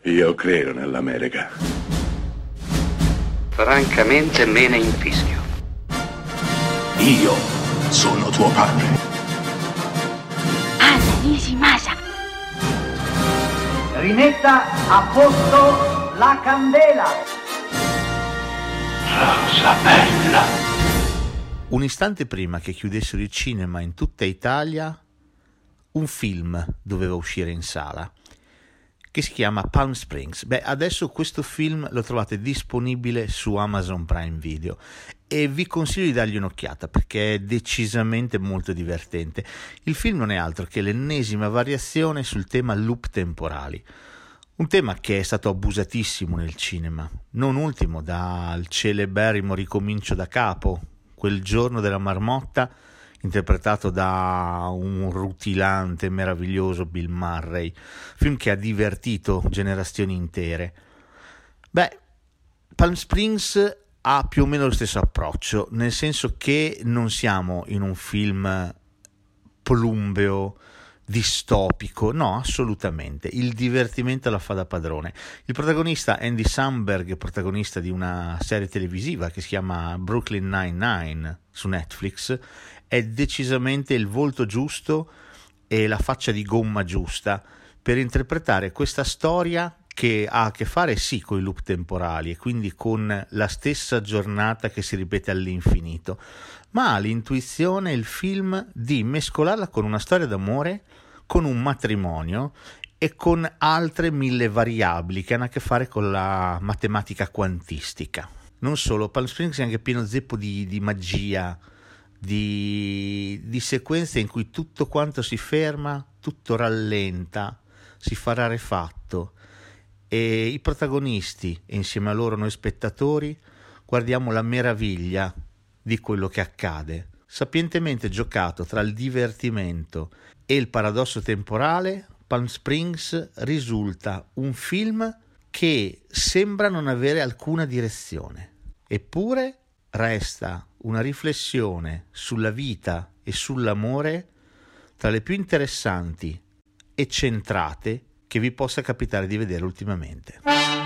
Io credo nell'America. Francamente me ne infischio. Io sono tuo padre. Anna Nishimasa. Rimetta a posto la candela. Rosa bella. Un istante prima che chiudessero i cinema in tutta Italia, un film doveva uscire in sala, che si chiama Palm Springs. Adesso questo film lo trovate disponibile su Amazon Prime Video e vi consiglio di dargli un'occhiata perché è decisamente molto divertente. Il film non è altro che l'ennesima variazione sul tema loop temporali, un tema che è stato abusatissimo nel cinema, non ultimo dal celeberrimo Ricomincio da capo, Quel giorno della marmotta, interpretato da un rutilante, meraviglioso Bill Murray, film che ha divertito generazioni intere. Palm Springs ha più o meno lo stesso approccio, nel senso che non siamo in un film plumbeo, distopico, no, assolutamente. Il divertimento la fa da padrone. Il protagonista Andy Samberg, protagonista di una serie televisiva che si chiama Brooklyn Nine-Nine su Netflix, è decisamente il volto giusto e la faccia di gomma giusta per interpretare questa storia che ha a che fare sì con i loop temporali e quindi con la stessa giornata che si ripete all'infinito, ma ha l'intuizione, il film, di mescolarla con una storia d'amore, con un matrimonio e con altre 1000 variabili che hanno a che fare con la matematica quantistica. Non solo, Palm Springs è anche pieno zeppo di magia, di sequenze in cui tutto quanto si ferma, tutto rallenta, si fa rarefatto e i protagonisti e insieme a loro noi spettatori guardiamo la meraviglia di quello che accade, sapientemente giocato tra il divertimento e il paradosso temporale. Palm Springs risulta un film che sembra non avere alcuna direzione, eppure resta una riflessione sulla vita e sull'amore tra le più interessanti e centrate che vi possa capitare di vedere ultimamente.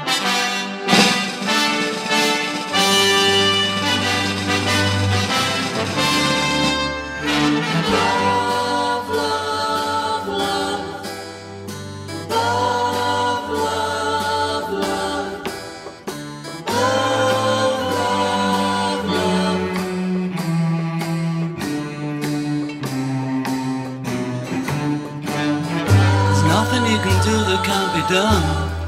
Done.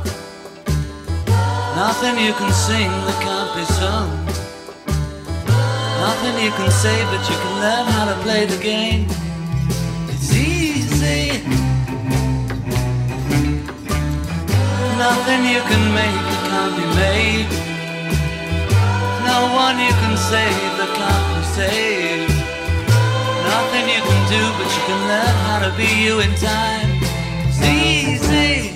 Nothing you can sing that can't be sung. Nothing you can say, but you can learn how to play the game. It's easy. Nothing you can make that can't be made. No one you can save that can't be saved. Nothing you can do, but you can learn how to be you in time. It's easy.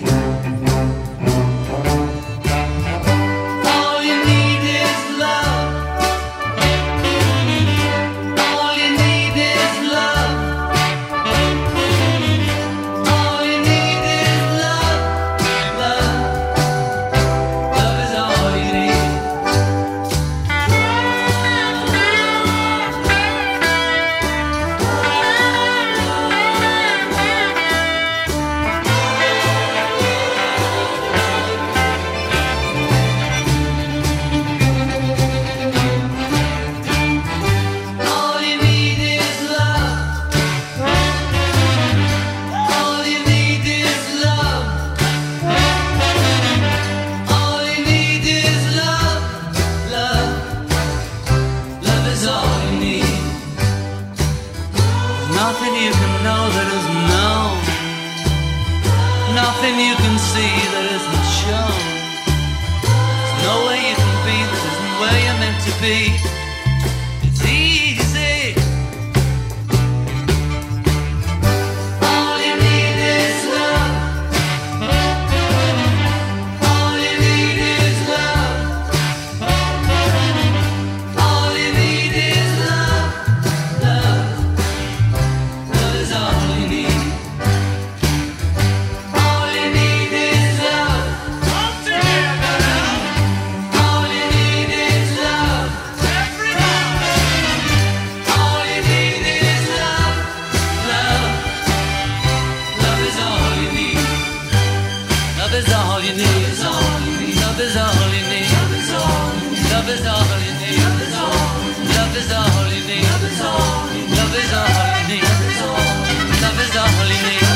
Nothing you can see that isn't shown. There's no way you can be that isn't where you're meant to be. It's easy. All you need is love. All you need is love. All you need is love. Love. Love is all you need. All you need is love. Love is all you need. Love is all you need. Love is all you need. Love is all you need. Love is all you need. Love is all you need.